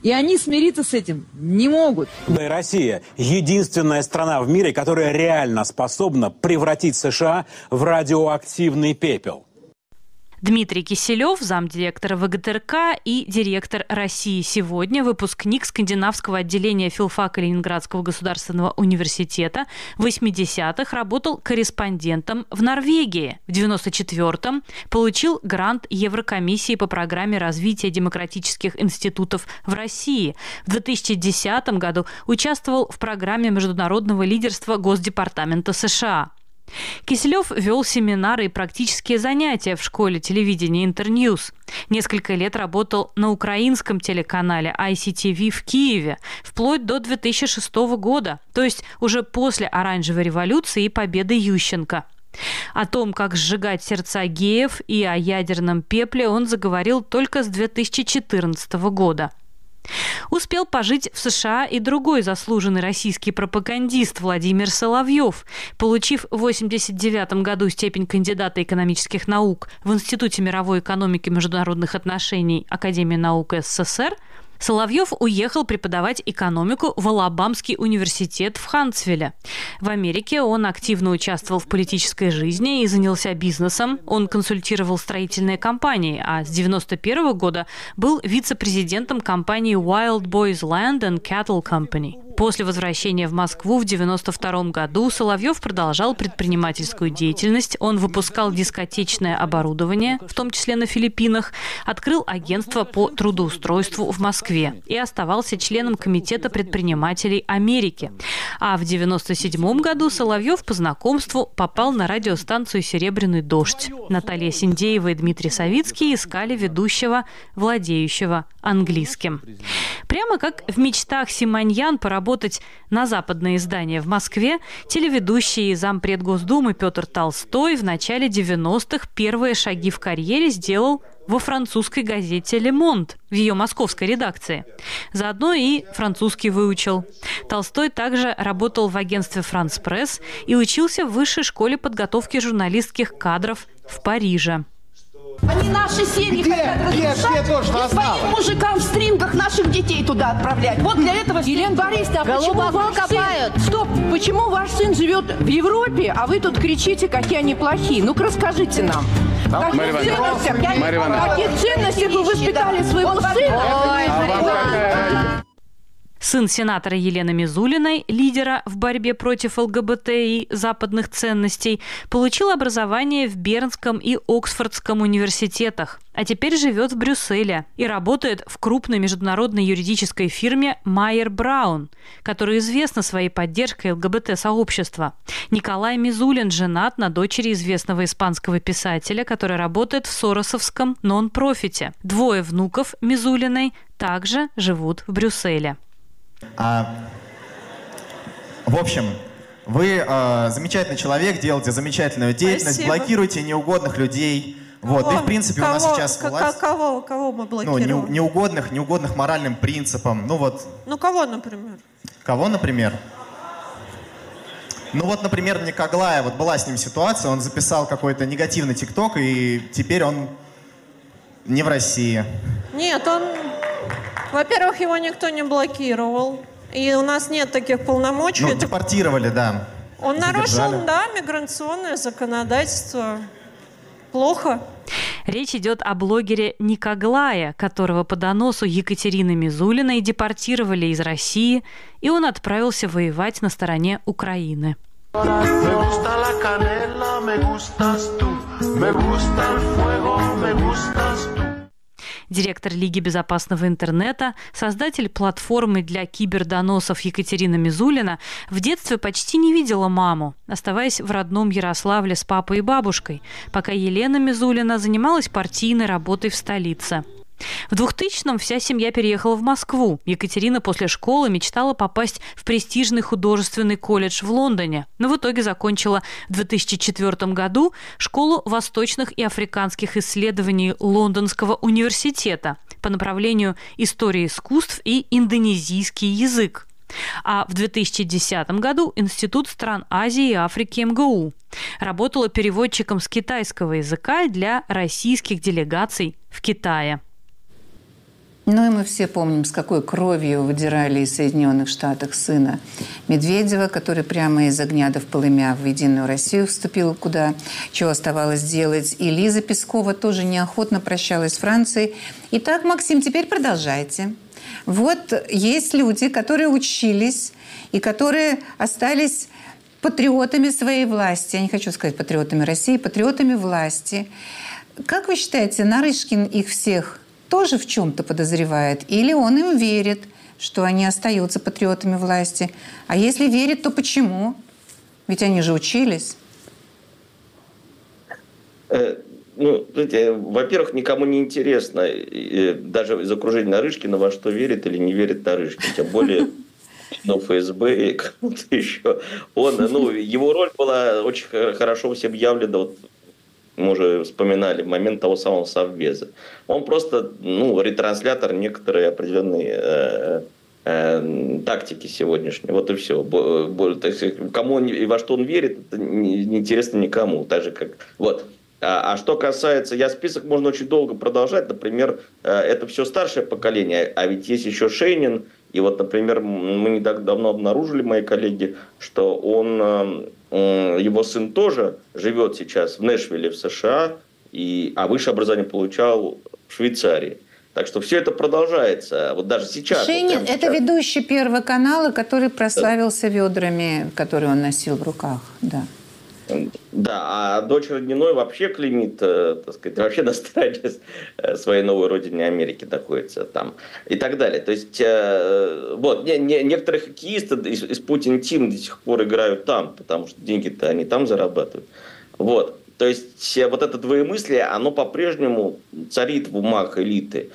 И они смириться с этим не могут. Да и Россия – единственная страна в мире, которая реально способна превратить США в радиоактивный пепел. Дмитрий Киселев, замдиректора ВГТРК и директор «России сегодня», выпускник скандинавского отделения филфака Ленинградского государственного университета, в 80-х работал корреспондентом в Норвегии. В 94-м получил грант Еврокомиссии по программе развития демократических институтов в России. В 2010 году участвовал в программе международного лидерства Госдепартамента США. Киселев вел семинары и практические занятия в школе телевидения «Интерньюз». Несколько лет работал на украинском телеканале ICTV в Киеве, вплоть до 2006 года, то есть уже после Оранжевой революции и победы Ющенко. О том, как сжигать сердца геев и о ядерном пепле он заговорил только с 2014 года. Успел пожить в США и другой заслуженный российский пропагандист Владимир Соловьев. Получив в 1989 году степень кандидата экономических наук в Институте мировой экономики и международных отношений Академии наук СССР, Соловьев уехал преподавать экономику в Алабамский университет в Хантсвилле. В Америке он активно участвовал в политической жизни и занялся бизнесом. Он консультировал строительные компании, а с 1991 года был вице-президентом компании Wild Boys Land and Cattle Company. После возвращения в Москву в 1992 году Соловьев продолжал предпринимательскую деятельность. Он выпускал дискотечное оборудование, в том числе на Филиппинах, открыл агентство по трудоустройству в Москве и оставался членом Комитета предпринимателей Америки. А в 1997 году Соловьев по знакомству попал на радиостанцию «Серебряный дождь». Наталья Синдеева и Дмитрий Савицкий искали ведущего, владеющего английским. Прямо как в мечтах Симоньян поработать на западное издание в Москве, телеведущий и зампред Госдумы Петр Толстой в начале 90-х первые шаги в карьере сделал во французской газете «Le Monde» в ее московской редакции. Заодно и французский выучил. Толстой также работал в агентстве «France Press» и учился в высшей школе подготовки журналистских кадров в Париже. Они наши семьи хотят разрушать и своим мужикам в стрингах наших детей туда отправлять. Вот для этого... Елена Борисовна, почему ваш сын... Стоп! Почему ваш сын живет в Европе, а вы тут кричите, какие они плохие? Ну-ка расскажите нам. Каких ценностях вы воспитали своего сына? Сын сенатора Елены Мизулиной, лидера в борьбе против ЛГБТ и западных ценностей, получил образование в Бернском и Оксфордском университетах, а теперь живет в Брюсселе и работает в крупной международной юридической фирме Майер Браун, которая известна своей поддержкой ЛГБТ-сообщества. Николай Мизулин женат на дочери известного испанского писателя, который работает в соросовском нон-профите. Двое внуков Мизулиной также живут в Брюсселе. В общем, вы замечательный человек, делаете замечательную деятельность, Спасибо. Блокируете неугодных людей. Вот. И, в принципе, у нас сейчас власть... Кого мы блокируем? Неугодных моральным принципам. Ну, кого, например? Кого, например? Ну, вот, например, Никоглая, вот была с ним ситуация, он записал какой-то негативный ТикТок, и теперь он не в России. Нет, во-первых, его никто не блокировал. И у нас нет таких полномочий. Ну, депортировали, да. Он нарушил, миграционное законодательство. Плохо. Речь идет о блогере Никоглая, которого по доносу Екатерины Мизулиной депортировали из России, и он отправился воевать на стороне Украины. Директор Лиги безопасного интернета, создатель платформы для кибердоносов Екатерина Мизулина в детстве почти не видела маму, оставаясь в родном Ярославле с папой и бабушкой, пока Елена Мизулина занималась партийной работой в столице. В 2000-м вся семья переехала в Москву. Екатерина после школы мечтала попасть в престижный художественный колледж в Лондоне, но в итоге закончила в 2004 году школу восточных и африканских исследований Лондонского университета по направлению истории искусств и индонезийский язык. А в 2010 году Институт стран Азии и Африки МГУ. Работала переводчиком с китайского языка для российских делегаций в Китае. Ну и мы все помним, с какой кровью выдирали из Соединенных Штатов сына Медведева, который прямо из огня до полымя в Единую Россию вступил, куда чего оставалось делать. И Лиза Пескова тоже неохотно прощалась с Францией. Итак, Максим, теперь продолжайте. Вот есть люди, которые учились и которые остались патриотами своей власти. Я не хочу сказать патриотами России, патриотами власти. Как вы считаете, Нарышкин их всех тоже в чем-то подозревает? Или он им верит, что они остаются патриотами власти? А если верит, то почему? Ведь они же учились. Ну, знаете, во-первых, никому не интересно, даже из окружения Нарышкина, во что верит или не верит Нарышкин. Тем более ФСБ и кому-то еще. Его роль была очень хорошо всем явлена. Вот, мы уже вспоминали момент того самого Совбеза. Он просто ретранслятор некоторой определенной тактики сегодняшней. Вот и все. Кому и во что он верит, это не интересно никому. Так же, как... Вот. А что касается... Список можно очень долго продолжать. Например, это все старшее поколение. А ведь есть еще Шейнин. И вот, например, мы не так давно обнаружили, мои коллеги, что его сын тоже живет сейчас в Нэшвилле, в США, а высшее образование получал в Швейцарии. Так что все это продолжается. Вот даже сейчас. Шейнин – это ведущий Первого канала, который прославился ведрами, которые он носил в руках. Да. Да, а дочь Родниной вообще клеймит, так сказать, вообще на стороне своей новой родине Америки находится там и так далее. То есть, вот, некоторые хоккеисты из Путин Тим до сих пор играют там, потому что деньги-то они там зарабатывают. Вот, то есть, вот это двоемыслие, оно по-прежнему царит в умах элиты.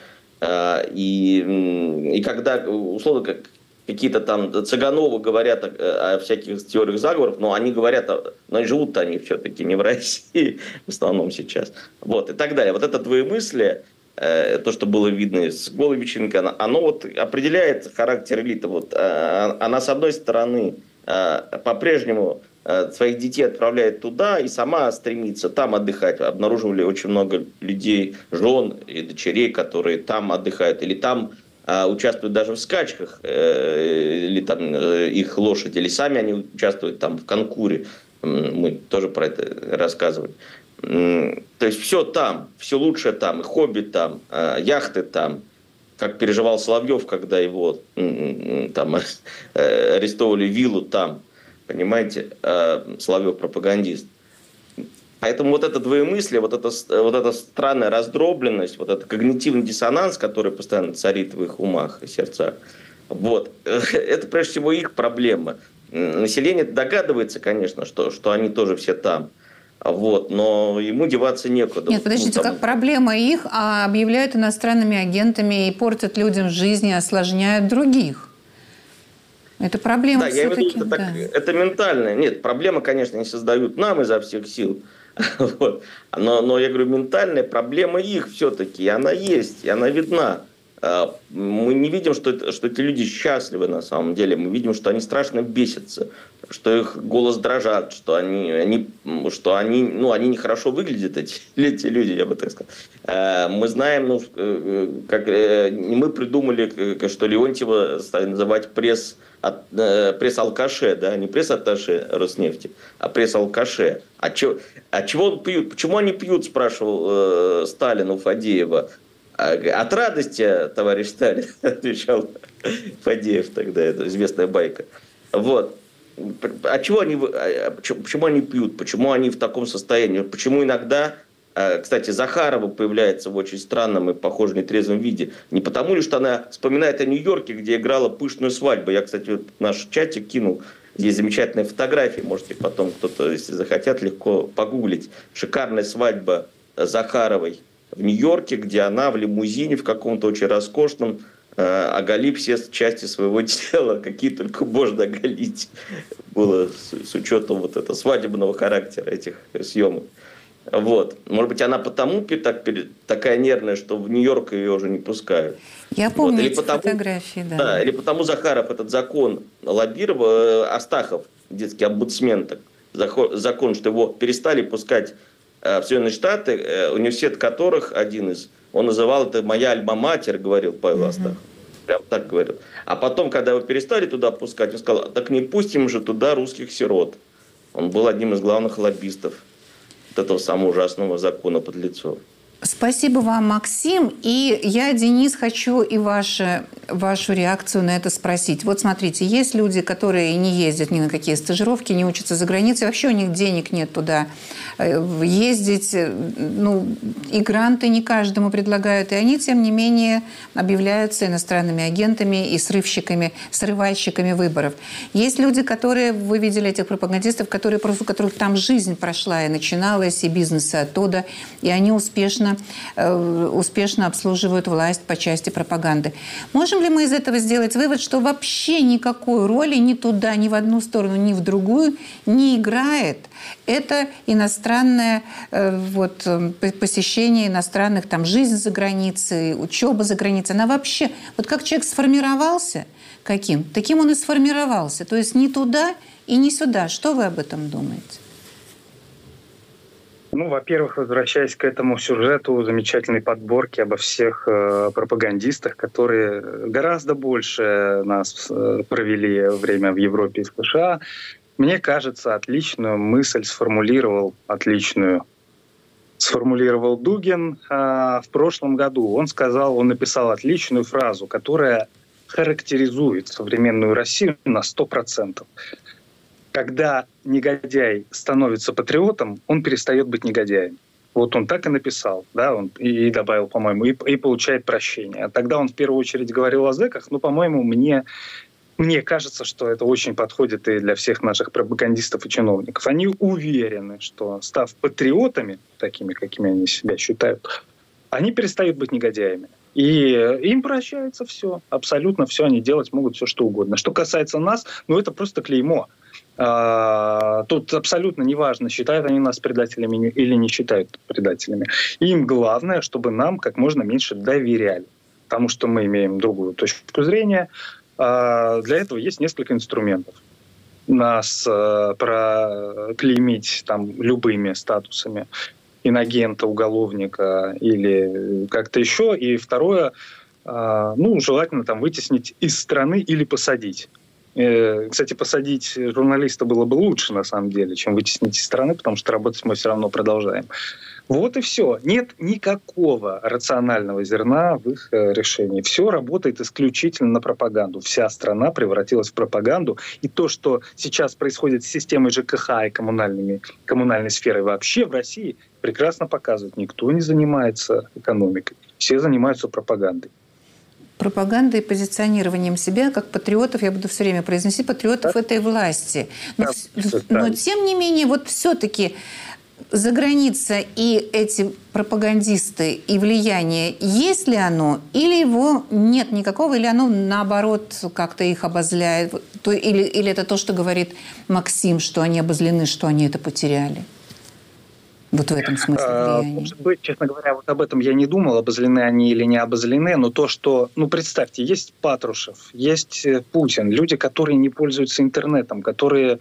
И когда, условно, как какие-то там Цыгановы говорят о всяких теориях заговоров, но они говорят, но живут-то они все-таки не в России, в основном сейчас. Вот, и так далее. Вот это двоемыслие, то, что было видно с Головиченко, оно вот определяет характер элиты. Вот, она, с одной стороны, по-прежнему своих детей отправляет туда и сама стремится там отдыхать. Обнаруживали очень много людей, жен и дочерей, которые там отдыхают или там участвуют даже в скачках, или там их лошади, или сами они участвуют там в конкуре. Мы тоже про это рассказывали. То есть все там, все лучшее там, и хобби там, яхты там. Как переживал Соловьев, когда его там арестовывали, виллу там. Понимаете, Соловьев пропагандист. Поэтому вот это двоемыслие, вот эта странная раздробленность, вот этот когнитивный диссонанс, который постоянно царит в их умах и сердцах, вот, это прежде всего их проблема. Население догадывается, конечно, что они тоже все там, вот, но ему деваться некуда. Нет, подождите, как проблема их, а объявляют иностранными агентами и портят людям жизнь, и осложняют других. Это проблема да, все-таки. Я имею в виду, это ментальная. Нет, проблемы, конечно, они создают нам изо всех сил. Вот. Но я говорю, ментальная проблема их все-таки, и она есть, и она видна. Мы не видим, что эти люди счастливы на самом деле. Мы видим, что они страшно бесятся, что их голос дрожат, что они нехорошо выглядят, эти люди, я бы так сказал. Мы знаем, мы придумали, что Леонтьева стали называть пресс-алкаше, да, не пресс-атташе Роснефти, а пресс-алкаше. А чего он пьют? Почему они пьют, спрашивал Сталин у Фадеева. От радости, товарищ Сталин, отвечал Фадеев тогда, это известная байка. Вот. Почему они пьют? Почему они в таком состоянии? Почему иногда, кстати, Захарова появляется в очень странном и, похоже, нетрезвом виде? Не потому ли, что она вспоминает о Нью-Йорке, где играла пышную свадьбу? Я, кстати, вот в наш чатик кинул. Здесь замечательные фотографии. Можете потом кто-то, если захотят, легко погуглить. Шикарная свадьба Захаровой в Нью-Йорке, где она в лимузине в каком-то очень роскошном оголив все части своего тела, какие только можно оголить. Было с учетом вот этого свадебного характера этих съемок. Вот. Может быть, она потому такая нервная, что в Нью-Йорк ее уже не пускают. Я помню эти фотографии, да. Да. Или потому Захаров этот закон лоббировал, Астахов, детский омбудсмен, закон, что его перестали пускать в Соединенные Штаты, университет которых, один из Он называл это «моя альма-матер», говорил Павел Астахов. Прям так говорил. А потом, когда его перестали туда пускать, он сказал: так не пустим же туда русских сирот. Он был одним из главных лоббистов вот этого самого ужасного закона подлецов. Спасибо вам, Максим. И я, Денис, хочу и вашу реакцию на это спросить. Вот смотрите, есть люди, которые не ездят ни на какие стажировки, не учатся за границей, вообще у них денег нет туда ездить. Ну, и гранты не каждому предлагают. И они, тем не менее, объявляются иностранными агентами и срывальщиками выборов. Есть люди, которые, вы видели этих пропагандистов, у которых там жизнь прошла и начиналась, и бизнесы оттуда, и они успешно обслуживают власть по части пропаганды. Можем ли мы из этого сделать вывод, что вообще никакой роли ни туда, ни в одну сторону, ни в другую не играет это иностранное посещение иностранных, там, жизнь за границей, учеба за границей? Она вообще, вот как человек сформировался, таким он и сформировался. То есть ни туда и ни сюда. Что вы об этом думаете? Ну, во-первых, возвращаясь к этому сюжету, замечательной подборки обо всех пропагандистах, которые гораздо больше нас провели время в Европе и в США, мне кажется, отличную мысль сформулировал Дугин в прошлом году. Он написал отличную фразу, которая характеризует современную Россию на 100%. Когда негодяй становится патриотом, он перестает быть негодяем. Вот он так и написал, да, он и добавил, по-моему, и получает прощение. А тогда он в первую очередь говорил о зэках, но, по-моему, мне кажется, что это очень подходит и для всех наших пропагандистов и чиновников. Они уверены, что, став патриотами, такими, какими они себя считают, они перестают быть негодяями. И им прощается все, абсолютно все, они делать могут все, что угодно. Что касается нас, это просто клеймо. Тут абсолютно неважно, считают они нас предателями или не считают предателями. Им главное, чтобы нам как можно меньше доверяли, потому что мы имеем другую точку зрения. Для этого есть несколько инструментов. Нас проклеймить там любыми статусами инагента, уголовника или как-то еще. И второе, желательно там вытеснить из страны или посадить. Кстати, посадить журналиста было бы лучше, на самом деле, чем вытеснить из страны, потому что работать мы все равно продолжаем. Вот и все. Нет никакого рационального зерна в их решении. Все работает исключительно на пропаганду. Вся страна превратилась в пропаганду. И то, что сейчас происходит с системой ЖКХ и коммунальной сферой вообще в России, прекрасно показывает. Никто не занимается экономикой. Все занимаются пропагандой. Пропагандой и позиционированием себя как патриотов, я буду все время произносить, патриотов этой власти. Но тем не менее, вот все-таки за граница и эти пропагандисты и влияние, есть ли оно, или его нет никакого, или оно, наоборот, как-то их обозляет, или это то, что говорит Максим, что они обозлены, что они это потеряли? Вот в этом смысле влияния. Может быть, честно говоря, вот об этом я не думал, обозлены они или не обозлены, но то, что, представьте, есть Патрушев, есть Путин, люди, которые не пользуются интернетом, которые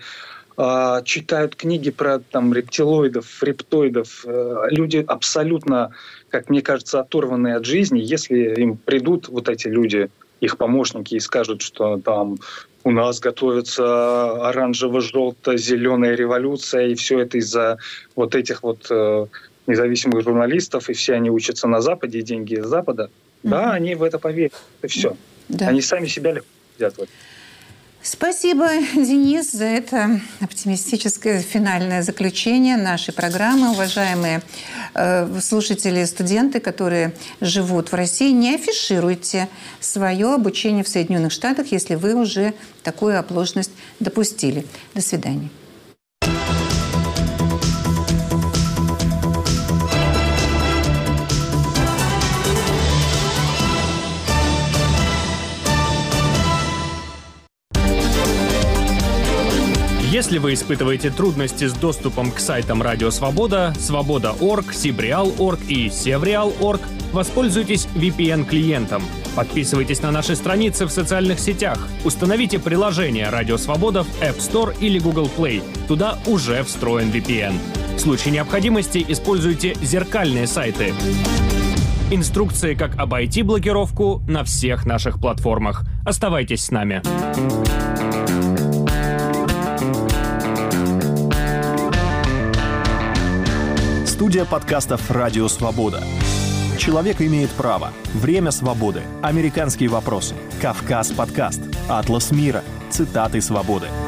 читают книги про рептилоидов, рептоидов, люди абсолютно, как мне кажется, оторванные от жизни. Если им придут вот эти люди, их помощники, и скажут, что там у нас готовится оранжево-желто-зеленая революция, и все это из-за вот этих независимых журналистов, и все они учатся на Западе, и деньги из Запада, да, они в это поверят, и все. Да. Они сами себя легко видят в этом. Спасибо, Денис, за это оптимистическое финальное заключение нашей программы. Уважаемые слушатели и студенты, которые живут в России, не афишируйте свое обучение в Соединенных Штатах, если вы уже такую оплошность допустили. До свидания. Если вы испытываете трудности с доступом к сайтам Радио Свобода, Свобода.орг, Сибреал.орг и Севреал.орг, воспользуйтесь VPN-клиентом. Подписывайтесь на наши страницы в социальных сетях. Установите приложение Радио Свобода в App Store или Google Play. Туда уже встроен VPN. В случае необходимости используйте зеркальные сайты. Инструкции, как обойти блокировку, на всех наших платформах. Оставайтесь с нами. Студия подкастов «Радио Свобода». Человек имеет право. Время свободы. Американские вопросы. Кавказ подкаст. Атлас мира. Цитаты свободы.